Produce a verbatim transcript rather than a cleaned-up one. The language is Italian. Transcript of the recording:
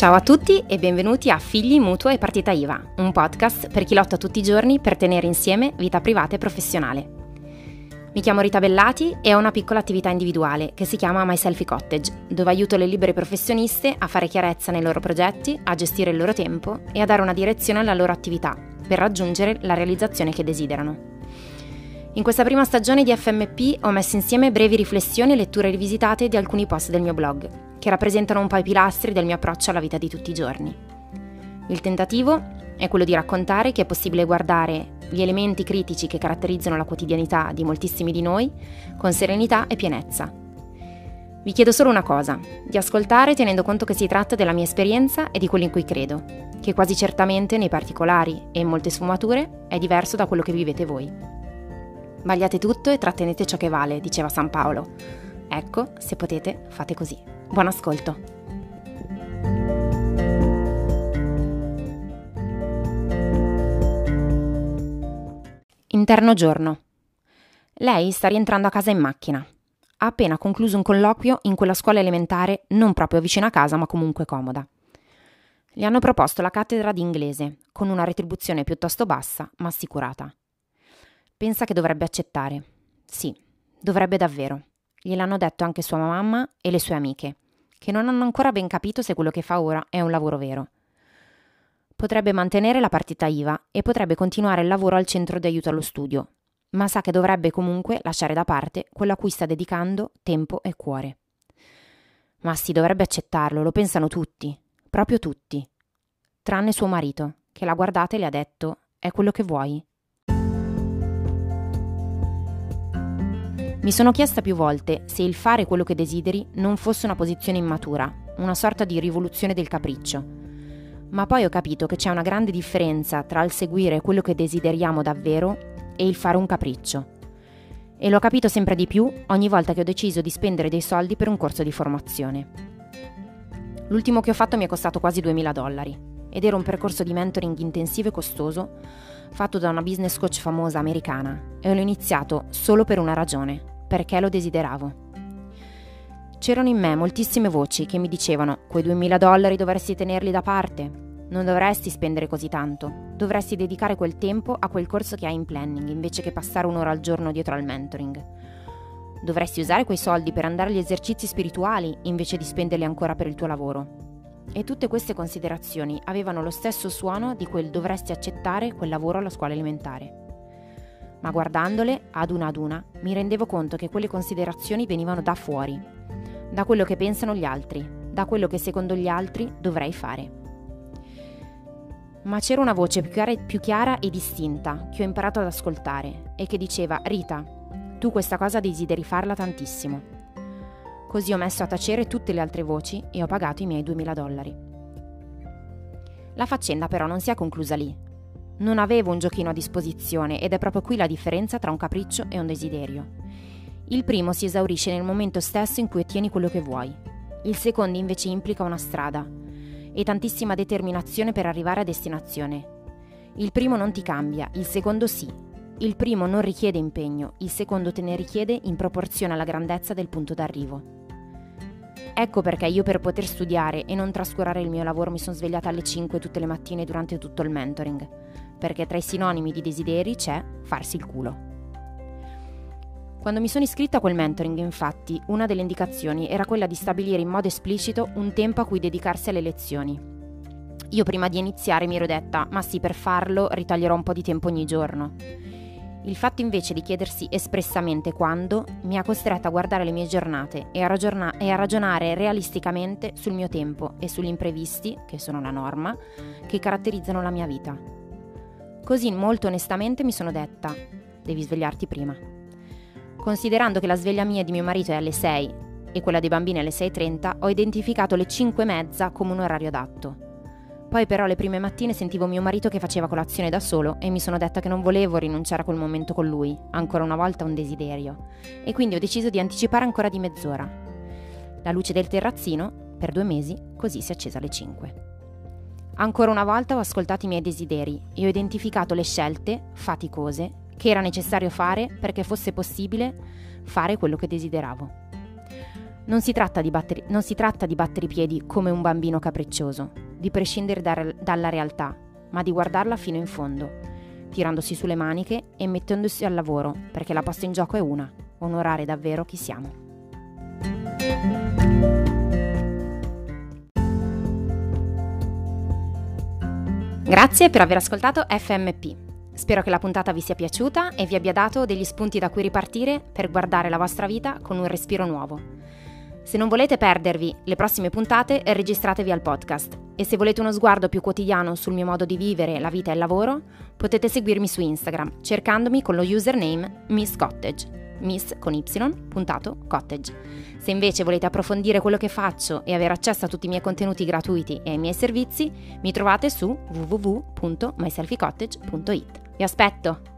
Ciao a tutti e benvenuti a Figli, Mutuo e Partita I V A, un podcast per chi lotta tutti i giorni per tenere insieme vita privata e professionale. Mi chiamo Rita Bellati e ho una piccola attività individuale che si chiama My Selfie Cottage, dove aiuto le libere professioniste a fare chiarezza nei loro progetti, a gestire il loro tempo e a dare una direzione alla loro attività per raggiungere la realizzazione che desiderano. In questa prima stagione di F M P ho messo insieme brevi riflessioni e letture rivisitate di alcuni post del mio blog, che rappresentano un po' i pilastri del mio approccio alla vita di tutti i giorni. Il tentativo è quello di raccontare che è possibile guardare gli elementi critici che caratterizzano la quotidianità di moltissimi di noi con serenità e pienezza. Vi chiedo solo una cosa, di ascoltare tenendo conto che si tratta della mia esperienza e di quello in cui credo, che quasi certamente nei particolari e in molte sfumature è diverso da quello che vivete voi. Vagliate tutto e trattenete ciò che vale, diceva San Paolo. Ecco, se potete, fate così. Buon ascolto. Interno giorno. Lei sta rientrando a casa in macchina. Ha appena concluso un colloquio in quella scuola elementare non proprio vicino a casa, ma comunque comoda. Gli hanno proposto la cattedra di inglese, con una retribuzione piuttosto bassa, ma assicurata. Pensa che dovrebbe accettare. Sì, dovrebbe davvero. Gliel'hanno detto anche sua mamma e le sue amiche, che non hanno ancora ben capito se quello che fa ora è un lavoro vero. Potrebbe mantenere la partita I V A e potrebbe continuare il lavoro al centro di aiuto allo studio, ma sa che dovrebbe comunque lasciare da parte quello a cui sta dedicando tempo e cuore. Ma sì, dovrebbe accettarlo, lo pensano tutti, proprio tutti, tranne suo marito, che l'ha guardata e le ha detto: «È quello che vuoi?» Mi sono chiesta più volte se il fare quello che desideri non fosse una posizione immatura, una sorta di rivoluzione del capriccio. Ma poi ho capito che c'è una grande differenza tra il seguire quello che desideriamo davvero e il fare un capriccio. E l'ho capito sempre di più ogni volta che ho deciso di spendere dei soldi per un corso di formazione. L'ultimo che ho fatto mi è costato quasi duemila dollari ed era un percorso di mentoring intensivo e costoso fatto da una business coach famosa americana e l'ho iniziato solo per una ragione, perché lo desideravo. C'erano in me moltissime voci che mi dicevano: quei duemila dollari dovresti tenerli da parte, non dovresti spendere così tanto, dovresti dedicare quel tempo a quel corso che hai in planning invece che passare un'ora al giorno dietro al mentoring. Dovresti usare quei soldi per andare agli esercizi spirituali invece di spenderli ancora per il tuo lavoro. E tutte queste considerazioni avevano lo stesso suono di quel dovresti accettare quel lavoro alla scuola elementare. Ma guardandole, ad una ad una, mi rendevo conto che quelle considerazioni venivano da fuori, da quello che pensano gli altri, da quello che secondo gli altri dovrei fare. Ma c'era una voce più chiara, più chiara e distinta che ho imparato ad ascoltare e che diceva: «Rita, tu questa cosa desideri farla tantissimo». Così ho messo a tacere tutte le altre voci e ho pagato i miei duemila dollari. La faccenda però non si è conclusa lì. Non avevo un giochino a disposizione ed è proprio qui la differenza tra un capriccio e un desiderio. Il primo si esaurisce nel momento stesso in cui ottieni quello che vuoi. Il secondo invece implica una strada e tantissima determinazione per arrivare a destinazione. Il primo non ti cambia, il secondo sì. Il primo non richiede impegno, il secondo te ne richiede in proporzione alla grandezza del punto d'arrivo. Ecco perché io, per poter studiare e non trascurare il mio lavoro, mi sono svegliata alle cinque tutte le mattine durante tutto il mentoring, perché tra i sinonimi di desideri c'è farsi il culo. Quando mi sono iscritta a quel mentoring, infatti, una delle indicazioni era quella di stabilire in modo esplicito un tempo a cui dedicarsi alle lezioni. Io prima di iniziare mi ero detta: ma sì, per farlo ritaglierò un po' di tempo ogni giorno. Il fatto invece di chiedersi espressamente quando mi ha costretta a guardare le mie giornate e a, ragiona- e a ragionare realisticamente sul mio tempo e sugli imprevisti, che sono la norma, che caratterizzano la mia vita. Così, molto onestamente, mi sono detta: devi svegliarti prima. Considerando che la sveglia mia e di mio marito è alle sei e quella dei bambini alle sei e trenta, ho identificato le cinque e mezza come un orario adatto. Poi però le prime mattine sentivo mio marito che faceva colazione da solo e mi sono detta che non volevo rinunciare a quel momento con lui, ancora una volta un desiderio, e quindi ho deciso di anticipare ancora di mezz'ora. La luce del terrazzino, per due mesi, così si è accesa alle cinque. Ancora una volta ho ascoltato i miei desideri e ho identificato le scelte, faticose, che era necessario fare perché fosse possibile fare quello che desideravo. Non si tratta di battere, non si tratta di battere i piedi come un bambino capriccioso, di prescindere da, dalla realtà, ma di guardarla fino in fondo, tirandosi sulle maniche e mettendosi al lavoro, perché la posta in gioco è una: onorare davvero chi siamo. Grazie per aver ascoltato F M P. Spero che la puntata vi sia piaciuta e vi abbia dato degli spunti da cui ripartire per guardare la vostra vita con un respiro nuovo. Se non volete perdervi le prossime puntate, registratevi al podcast, e se volete uno sguardo più quotidiano sul mio modo di vivere la vita e il lavoro, potete seguirmi su Instagram cercandomi con lo username Miss Cottage. Miss con y, puntato, cottage. Se invece volete approfondire quello che faccio e avere accesso a tutti i miei contenuti gratuiti e ai miei servizi, mi trovate su w w w punto my selfie cottage punto i t. Vi aspetto!